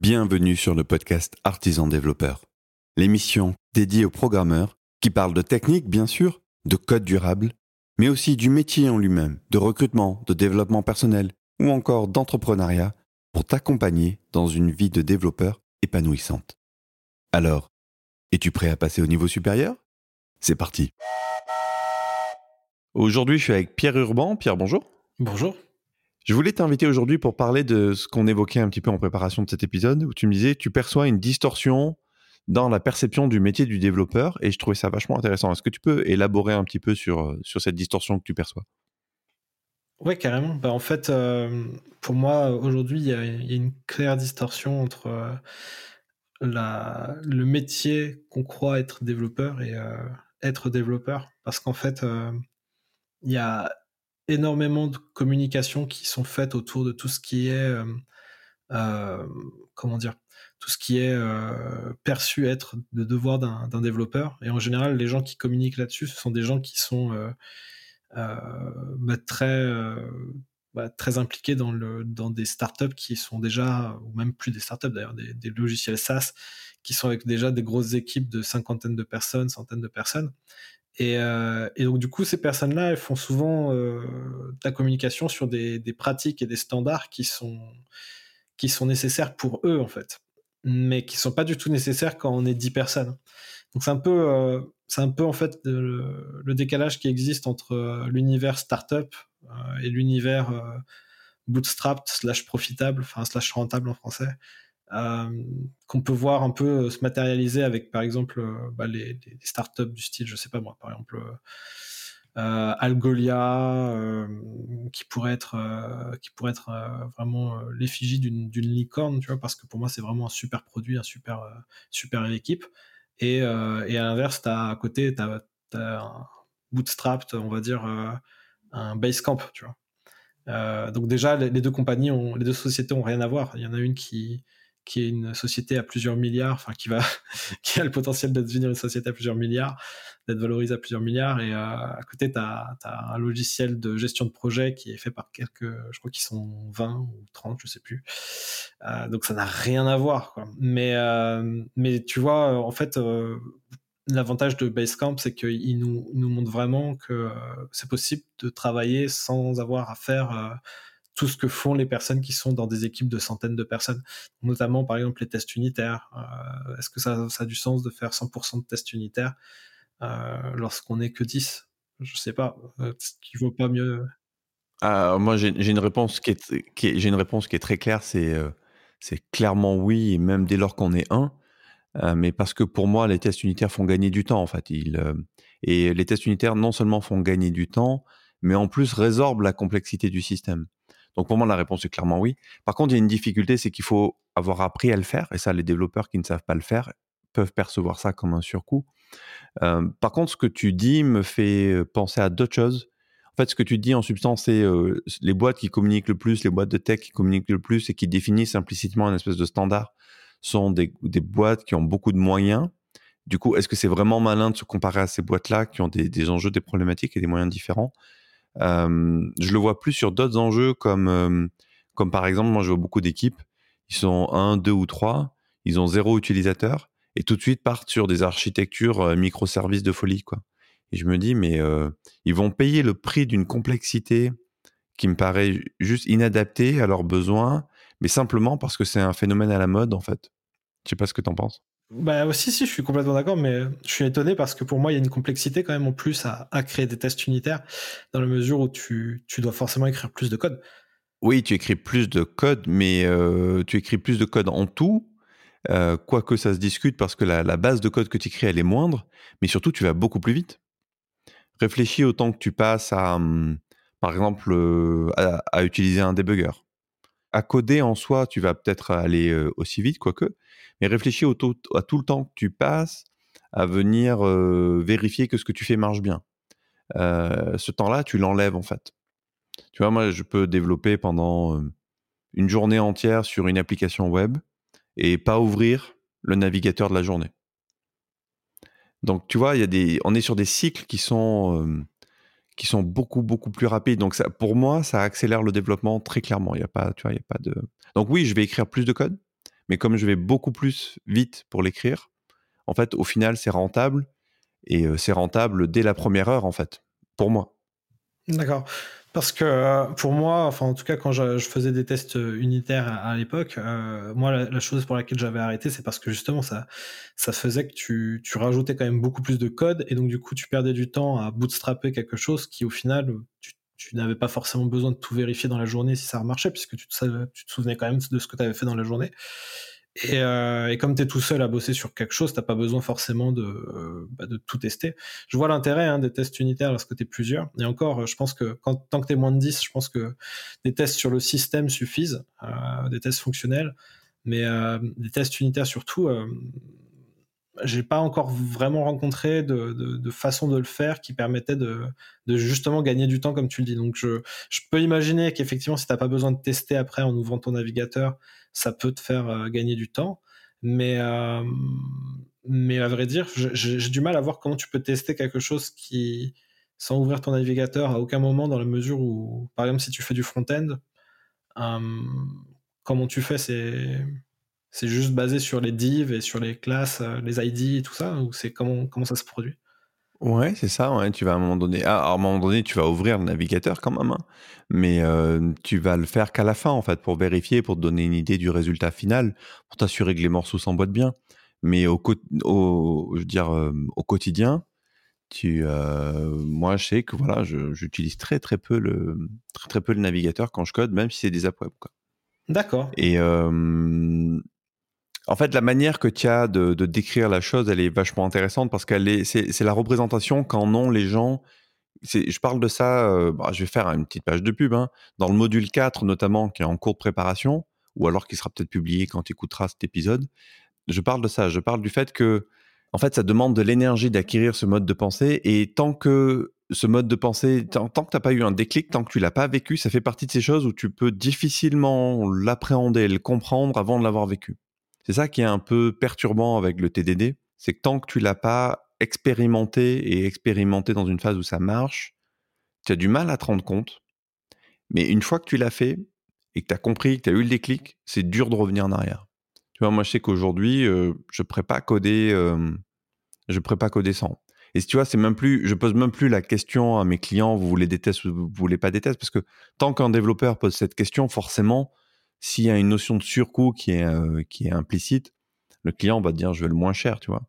Bienvenue sur le podcast Artisan Développeur, l'émission dédiée aux programmeurs qui parlent de technique, bien sûr, de code durable, mais aussi du métier en lui-même, de recrutement, de développement personnel ou encore d'entrepreneuriat pour t'accompagner dans une vie de développeur épanouissante. Alors, es-tu prêt à passer au niveau supérieur ? C'est parti. Aujourd'hui, je suis avec Pierre Urban. Pierre, bonjour. Bonjour. Je voulais t'inviter aujourd'hui pour parler de ce qu'on évoquait un petit peu en préparation de cet épisode, où tu me disais que tu perçois une distorsion dans la perception du métier du développeur, et je trouvais ça vachement intéressant. Est-ce que tu peux élaborer un petit peu sur cette distorsion que tu perçois ? Ouais, carrément. En fait, pour moi, aujourd'hui, il y a une claire distorsion entre le métier qu'on croit être développeur et être développeur. Parce qu'en fait, il y a énormément de communications qui sont faites autour de tout ce qui est, euh, comment dire, tout ce qui est perçu être le devoir d'un développeur. Et en général, les gens qui communiquent là-dessus, ce sont des gens qui sont euh, très très impliqués dans des startups qui sont déjà, ou même plus des startups d'ailleurs, des logiciels SaaS qui sont avec déjà des grosses équipes de cinquantaines de personnes, centaines de personnes. Et donc du coup, ces personnes-là, elles font souvent de la communication sur des pratiques et des standards qui sont nécessaires pour eux en fait, mais qui sont pas du tout nécessaires quand on est 10 personnes. Donc c'est un peu en fait le décalage qui existe entre l'univers startup et l'univers bootstrapped slash profitable, enfin slash rentable en français, qu'on peut voir un peu se matérialiser avec par exemple les startups du style, je sais pas moi, par exemple Algolia, qui pourrait être vraiment l'effigie d'une licorne, tu vois, parce que pour moi c'est vraiment un super produit, un super équipe. Et à l'inverse, à côté, t'as un bootstrapped, on va dire, un Basecamp, tu vois. Donc déjà, les deux compagnies les deux sociétés ont rien à voir. Il y en a une qui est une société à plusieurs milliards, enfin qui a le potentiel de devenir une société à plusieurs milliards, d'être valorisée à plusieurs milliards. Et à côté, t'as un logiciel de gestion de projet qui est fait par je crois qu'ils sont 20 ou 30, je sais plus. Donc ça n'a rien à voir, quoi. Mais tu vois, en fait, l'avantage de Basecamp, c'est qu'il nous montre vraiment que c'est possible de travailler sans avoir à faire tout ce que font les personnes qui sont dans des équipes de centaines de personnes, notamment par exemple les tests unitaires. Est-ce que ça a du sens de faire 100% de tests unitaires lorsqu'on n'est que 10 ? Je sais pas. Est-ce qu'il vaut pas mieux... Moi, j'ai une réponse j'ai une réponse qui est très claire, c'est clairement oui, et même dès lors qu'on est un. Mais parce que pour moi, les tests unitaires font gagner du temps, en fait. Et les tests unitaires, non seulement font gagner du temps, mais en plus résorbent la complexité du système. Donc pour moi, la réponse est clairement oui. Par contre, il y a une difficulté, c'est qu'il faut avoir appris à le faire. Et ça, les développeurs qui ne savent pas le faire peuvent percevoir ça comme un surcoût. Par contre, ce que tu dis me fait penser à d'autres choses. En fait, ce que tu dis en substance, c'est les boîtes qui communiquent le plus, les boîtes de tech qui communiquent le plus et qui définissent implicitement un espèce de standard sont des boîtes qui ont beaucoup de moyens. Du coup, est-ce que c'est vraiment malin de se comparer à ces boîtes-là qui ont des enjeux, des problématiques et des moyens différents ? Je le vois plus sur d'autres enjeux comme par exemple, moi je vois beaucoup d'équipes, ils sont 1, 2 ou 3, ils ont 0 utilisateur et tout de suite partent sur des architectures microservices de folie, quoi. Et je me dis, mais ils vont payer le prix d'une complexité qui me paraît juste inadaptée à leurs besoins, mais simplement parce que c'est un phénomène à la mode, en fait. Je sais pas ce que t'en penses. Bah aussi, si, je suis complètement d'accord, mais je suis étonné parce que pour moi, il y a une complexité quand même en plus à créer des tests unitaires, dans la mesure où tu dois forcément écrire plus de code. Oui, tu écris plus de code, mais tu écris plus de code en tout, quoique ça se discute parce que la base de code que tu écris, elle est moindre, mais surtout, tu vas beaucoup plus vite. Réfléchis au temps que tu passes par exemple, à utiliser un debugger. À coder en soi, tu vas peut-être aller aussi vite, quoique, mais réfléchis à tout le temps que tu passes à venir vérifier que ce que tu fais marche bien. Ce temps-là, tu l'enlèves en fait. Tu vois, moi, je peux développer pendant une journée entière sur une application web et pas ouvrir le navigateur de la journée. Donc, tu vois, on est sur des cycles qui sont beaucoup, beaucoup plus rapides. Donc, ça, pour moi, ça accélère le développement très clairement. Il y a pas, tu vois, il y a pas de... Donc oui, je vais écrire plus de code, Mais comme je vais beaucoup plus vite pour l'écrire, en fait, au final, c'est rentable. Et c'est rentable dès la première heure, en fait, pour moi. D'accord. Parce que, pour moi, enfin, en tout cas, quand je faisais des tests, unitaires à l'époque, moi, la chose pour laquelle j'avais arrêté, c'est parce que justement ça faisait que tu rajoutais quand même beaucoup plus de code et donc du coup, tu perdais du temps à bootstrapper quelque chose qui, au final, tu n'avais pas forcément besoin de tout vérifier dans la journée si ça remarchait puisque tu te souvenais quand même de ce que tu avais fait dans la journée. Et comme tu es tout seul à bosser sur quelque chose, tu pas besoin forcément de tout tester. Je vois l'intérêt, hein, des tests unitaires lorsque tu es plusieurs et encore, je pense que tant que tu es moins de 10, je pense que des tests sur le système suffisent, des tests fonctionnels, mais des tests unitaires surtout, j'ai pas encore vraiment rencontré de façon de le faire qui permettait de justement gagner du temps comme tu le dis. Donc je peux imaginer qu'effectivement si tu pas besoin de tester après en ouvrant ton navigateur, ça peut te faire, gagner du temps. Mais, mais à vrai dire, j'ai du mal à voir comment tu peux tester quelque chose qui sans ouvrir ton navigateur à aucun moment dans la mesure où, par exemple, si tu fais du front-end, hem, comment tu fais? C'est juste basé sur les divs et sur les classes, les ID et tout ça? Ou c'est comment ça se produit? Ouais, c'est ça, ouais, tu vas à un moment donné à un moment donné, tu vas ouvrir le navigateur quand même, hein, mais tu vas le faire qu'à la fin, en fait, pour vérifier, pour te donner une idée du résultat final, pour t'assurer que les morceaux s'emboîtent bien. Mais je veux dire, au quotidien, moi, je sais que, voilà, j'utilise très, très peu le navigateur quand je code, même si c'est des apps web, quoi. D'accord. Et en fait, la manière que tu as de décrire la chose, elle est vachement intéressante parce c'est la représentation qu'en ont les gens. Je parle de ça, je vais faire une petite page de pub, hein. Dans le module 4 notamment, qui est en cours de préparation, ou alors qui sera peut-être publié quand tu écouteras cet épisode. Je parle de ça, je parle du fait que, en fait, ça demande de l'énergie d'acquérir ce mode de pensée et tant que ce mode de pensée, tant que tu as pas eu un déclic, tant que tu l'as pas vécu, ça fait partie de ces choses où tu peux difficilement l'appréhender, le comprendre avant de l'avoir vécu. C'est ça qui est un peu perturbant avec le TDD, c'est que tant que tu l'as pas expérimenté dans une phase où ça marche, tu as du mal à te rendre compte. Mais une fois que tu l'as fait et que tu as compris, que tu as eu le déclic, c'est dur de revenir en arrière. Tu vois, moi, je sais qu'aujourd'hui, je ne pourrais pas coder sans. Et si tu vois, je pose même plus la question à mes clients, vous voulez des tests ou vous voulez pas des tests, parce que tant qu'un développeur pose cette question, forcément, s'il y a une notion de surcoût qui est implicite, le client va te dire, je veux le moins cher, tu vois.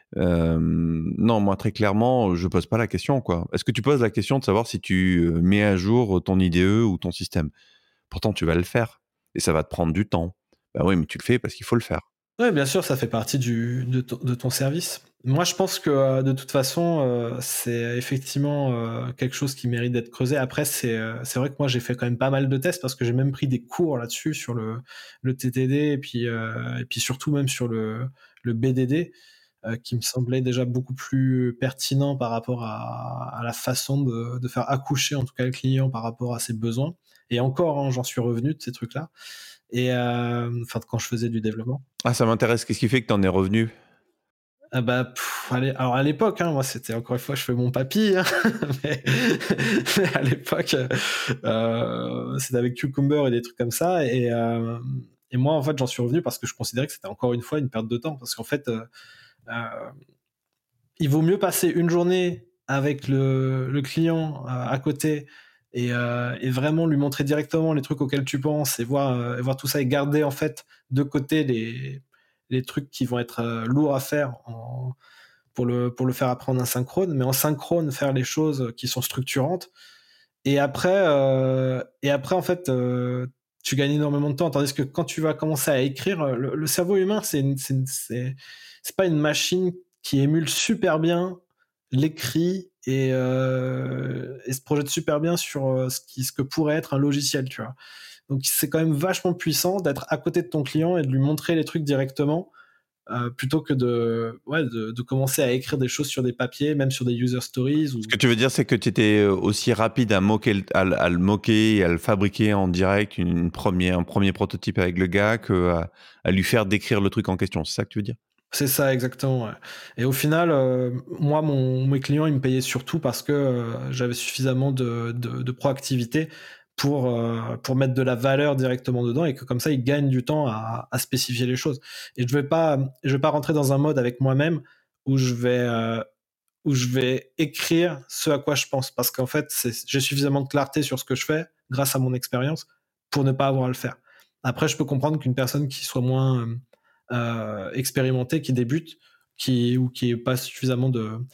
Non, moi, très clairement, je pose pas la question, quoi. Est-ce que tu poses la question de savoir si tu mets à jour ton IDE ou ton système? Pourtant, tu vas le faire et ça va te prendre du temps. Bah oui, mais tu le fais parce qu'il faut le faire. Ouais, bien sûr, ça fait partie de ton service. Moi, je pense que, de toute façon, c'est effectivement, quelque chose qui mérite d'être creusé. Après, c'est vrai que moi, j'ai fait quand même pas mal de tests parce que j'ai même pris des cours là-dessus sur le TTD et puis surtout même sur le BDD, qui me semblait déjà beaucoup plus pertinent par rapport à la façon de faire accoucher, en tout cas, le client par rapport à ses besoins et encore, hein, j'en suis revenu de ces trucs-là et enfin, quand je faisais du développement. Ah, ça m'intéresse. Qu'est-ce qui fait que tu en es revenu? Ah bah, alors à l'époque, hein, moi c'était encore une fois, je fais mon papy, hein, mais mais à l'époque, c'était avec Cucumber et des trucs comme ça et moi, en fait, j'en suis revenu parce que je considérais que c'était encore une fois une perte de temps. Parce qu'en fait, heu, il vaut mieux passer une journée avec le client, à côté et vraiment lui montrer directement les trucs auxquels tu penses et voir tout ça et garder en fait de côté les trucs qui vont être, lourds à faire pour le faire apprendre en asynchrone, mais en synchrone, faire les choses qui sont structurantes. Et après en fait, tu gagnes énormément de temps. Tandis que quand tu vas commencer à écrire, le cerveau humain, c'est pas une machine qui émule super bien l'écrit et se projette super bien sur, ce que pourrait être un logiciel, tu vois? Donc c'est quand même vachement puissant d'être à côté de ton client et de lui montrer les trucs directement, plutôt que de commencer à écrire des choses sur des papiers, même sur des user stories Ce ou que tu veux dire, c'est que tu étais aussi rapide à à le moquer et à le fabriquer en direct, un premier prototype avec le gars, à lui faire décrire le truc en question. C'est ça que tu veux dire? c'est ça exactement, ouais. Et au final, moi mes clients, ils me payaient surtout parce que, j'avais suffisamment de proactivité pour mettre de la valeur directement dedans et que comme ça, ils gagnent du temps à spécifier les choses. Et je vais pas rentrer dans un mode avec moi-même où où je vais écrire ce à quoi je pense. Parce qu'en fait, j'ai suffisamment de clarté sur ce que je fais grâce à mon expérience pour ne pas avoir à le faire. Après, je peux comprendre qu'une personne qui soit moins expérimentée, qui débute, ou qui ait pas suffisamment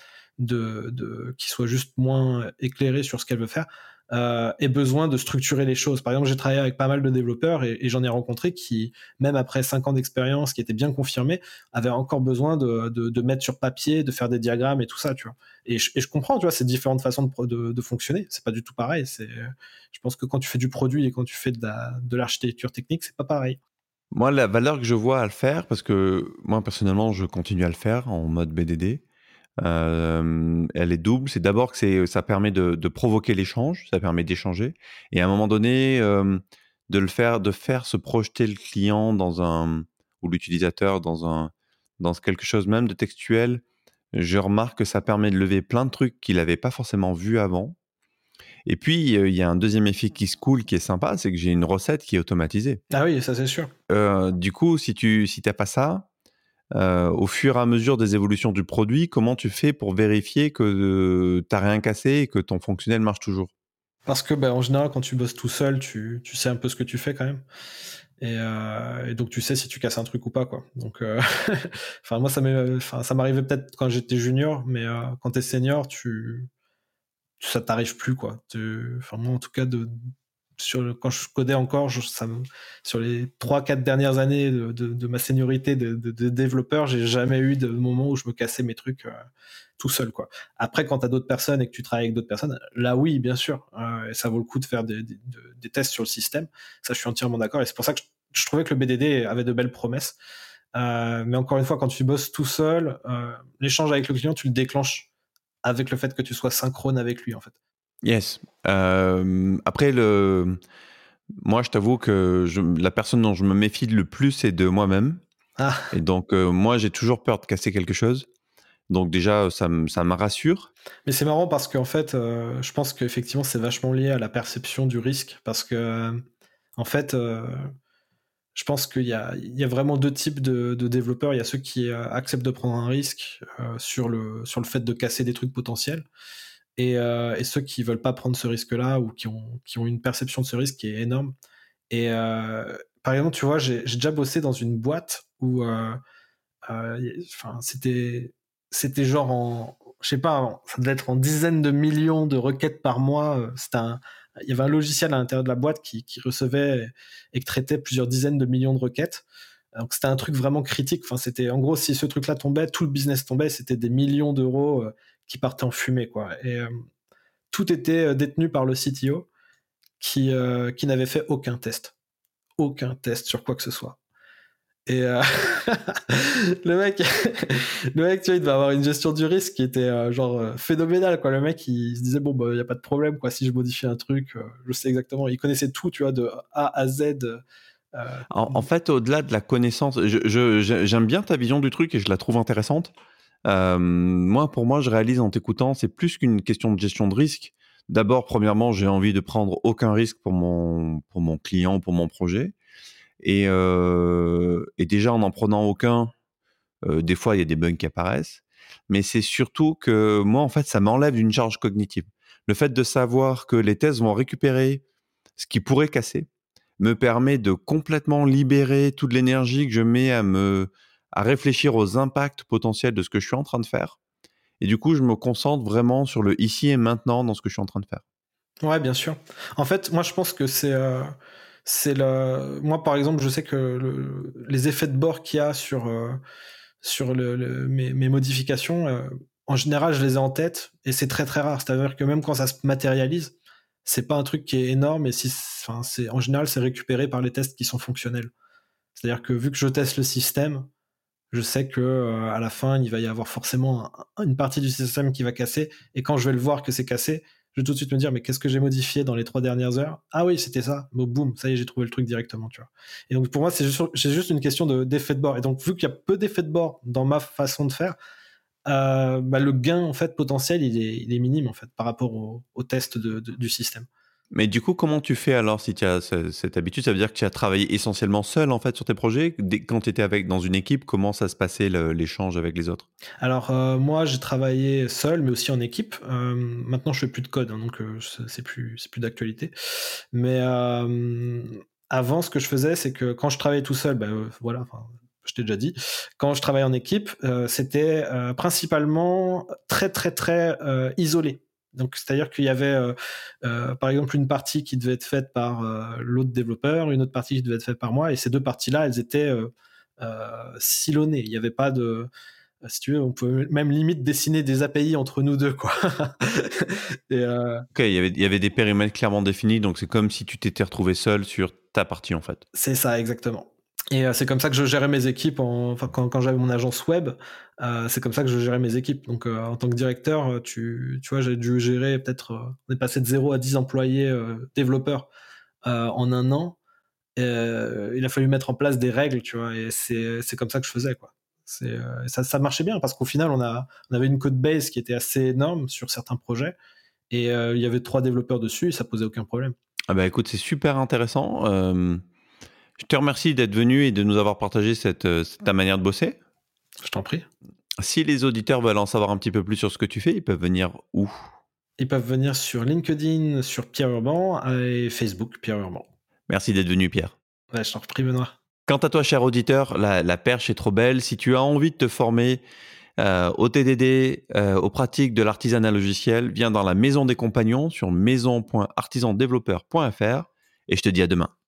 qui soit juste moins éclairée sur ce qu'elle veut faire, ait besoin de structurer les choses. Par exemple, j'ai travaillé avec pas mal de développeurs et j'en ai rencontré qui, même après 5 ans d'expérience, qui étaient bien confirmés, avaient encore besoin de mettre sur papier, de faire des diagrammes et tout ça, tu vois. Et je comprends, tu vois, ces différentes façons de fonctionner. C'est pas du tout pareil. Je pense que quand tu fais du produit et quand tu fais de l'architecture technique, c'est pas pareil. Moi, la valeur que je vois à le faire, parce que moi, personnellement, je continue à le faire en mode BDD, elle est double. C'est d'abord que ça permet de provoquer l'échange, ça permet d'échanger et à un moment donné, de faire se projeter le client ou l'utilisateur dans quelque chose même de textuel. Je remarque que ça permet de lever plein de trucs qu'il avait pas forcément vus avant et puis, il y a un deuxième effet qui se coule qui est sympa, c'est que j'ai une recette qui est automatisée. Ah oui, ça c'est sûr. Du coup, si t'as pas ça, au fur et à mesure des évolutions du produit, comment tu fais pour vérifier que tu rien cassé et que ton fonctionnel marche toujours? Parce que, bah, en général, quand tu bosses tout seul, tu sais un peu ce que tu fais quand même. Et donc tu sais si tu casses un truc ou pas, quoi. Donc, enfin moi ça m'arrivait peut-être quand j'étais junior, mais quand t'es senior, ça t'arrive plus, quoi. Enfin moi en tout cas quand je codais encore, sur les 3-4 dernières années de ma seniorité de développeur, j'ai jamais eu de moment où je me cassais mes trucs tout seul, quoi. Après, quand t'as d'autres personnes et que tu travailles avec d'autres personnes, là oui, bien sûr, et ça vaut le coup de faire des tests sur le système. Ça, je suis entièrement d'accord, et c'est pour ça que je trouvais que le BDD avait de belles promesses. Mais encore une fois, quand tu bosses tout seul, l'échange avec le client, tu le déclenches avec le fait que tu sois synchrone avec lui, en fait. Yes. Après moi, je t'avoue que la personne dont je me méfie le plus, c'est de moi-même Ah, et donc moi, j'ai toujours peur de casser quelque chose. Donc déjà, ça me rassure. mais c'est marrant parce qu'en fait, je pense qu'effectivement, c'est vachement lié à la perception du risque parce que, en fait, je pense il y a vraiment 2 types de développeurs. Il y a ceux qui, acceptent de prendre un risque, sur le fait de casser des trucs potentiels, et ceux qui veulent pas prendre ce risque-là ou qui ont une perception de ce risque qui est énorme. Et par exemple, tu vois, j'ai déjà bossé dans une boîte où, enfin, c'était genre je sais pas, ça devait être en dizaines de millions de requêtes par mois. Il y avait un logiciel à l'intérieur de la boîte qui recevait et qui traitait plusieurs dizaines de millions de requêtes. Donc c'était un truc vraiment critique. Enfin, c'était en gros, si ce truc-là tombait, tout le business tombait. C'était des millions d'euros qui partaient en fumée, quoi. Et tout était détenu par le CTO qui n'avait fait aucun test sur quoi que ce soit. Et le mec, le mec, tu vois, il devait avoir une gestion du risque qui était phénoménale, quoi. Le mec, il se disait bon bah y a pas de problème, quoi. Si je modifie un truc, je sais exactement. Il connaissait tout, tu vois, de A à Z. En fait, au-delà de la connaissance, j'aime bien ta vision du truc et je la trouve intéressante. Moi, pour moi, je réalise en t'écoutant, c'est plus qu'une question de gestion de risque. D'abord, premièrement, j'ai envie de prendre aucun risque pour mon client, pour mon projet. Et déjà, en n'en prenant aucun, des fois, il y a des bugs qui apparaissent. Mais c'est surtout que moi, en fait, ça m'enlève une charge cognitive. Le fait de savoir que les tests vont récupérer ce qui pourrait casser me permet de complètement libérer toute l'énergie que je mets à réfléchir aux impacts potentiels de ce que je suis en train de faire. Et du coup, je me concentre vraiment sur le ici et maintenant dans ce que je suis en train de faire. Ouais, bien sûr. En fait, moi, je pense que moi, par exemple, je sais que les effets de bord qu'il y a sur mes modifications, en général, je les ai en tête et c'est très très rare. C'est-à-dire que même quand ça se matérialise, c'est pas un truc qui est énorme et enfin, en général, c'est récupéré par les tests qui sont fonctionnels. C'est-à-dire que vu que je teste le système, je sais que à la fin, il va y avoir forcément une partie du système qui va casser. Et quand je vais le voir que c'est cassé, je vais tout de suite me dire, mais qu'est-ce que j'ai modifié dans les 3 dernières heures? Ah oui, c'était ça. Bon, boum, ça y est, j'ai trouvé le truc directement, tu vois. Et donc pour moi, c'est juste une question d'effet de bord. Et donc vu qu'il y a peu d'effets de bord dans ma façon de faire, bah, le gain en fait potentiel, il est minime en fait par rapport au test du système. Mais du coup, comment tu fais alors si tu as cette habitude? Ça veut dire que tu as travaillé essentiellement seul, en fait, sur tes projets? Quand tu étais dans une équipe, comment ça se passait l'échange avec les autres? Alors, moi, j'ai travaillé seul, mais aussi en équipe. Maintenant, je fais plus de code, hein, donc c'est plus d'actualité. Mais, avant, ce que je faisais, c'est que quand je travaillais tout seul, bah, voilà, enfin, je t'ai déjà dit. Quand je travaillais en équipe, c'était, principalement très, très, très, isolé. Donc c'est-à-dire qu'il y avait, par exemple, une partie qui devait être faite par, l'autre développeur, une autre partie qui devait être faite par moi et ces 2 parties-là, elles étaient, sillonnées. Il y avait pas de si tu veux, on peut même limite dessiner des API entre nous deux, quoi. Et OK, il y avait des périmètres clairement définis, donc c'est comme si tu t'étais retrouvé seul sur ta partie, en fait. c'est ça, exactement. Et c'est comme ça que je gérais mes équipes, enfin, quand j'avais mon agence web, c'est comme ça que je gérais mes équipes. Donc, en tant que directeur, tu vois, j'ai dû gérer peut-être, on est passé de 0 à 10 employés développeurs en 1 an. Il a fallu mettre en place des règles, tu vois, et c'est comme ça que je faisais, quoi. Ça marchait bien parce qu'au final, on avait une code base qui était assez énorme sur certains projets et il y avait 3 développeurs dessus et ça posait aucun problème. Ah bah, écoute, c'est super intéressant. Je te remercie d'être venu et de nous avoir partagé ta manière de bosser. Je t'en prie. Si les auditeurs veulent en savoir un petit peu plus sur ce que tu fais, ils peuvent venir où? Ils peuvent venir sur LinkedIn, sur Pierre Urban et Facebook, Pierre Urban. Merci d'être venu, Pierre. Ouais, je t'en prie, Benoît. Quant à toi, cher auditeur, la perche est trop belle. Si tu as envie de te former au TDD, aux pratiques de l'artisanat logiciel, viens dans la Maison des Compagnons sur maison.artisandéveloppeur.fr et je te dis à demain.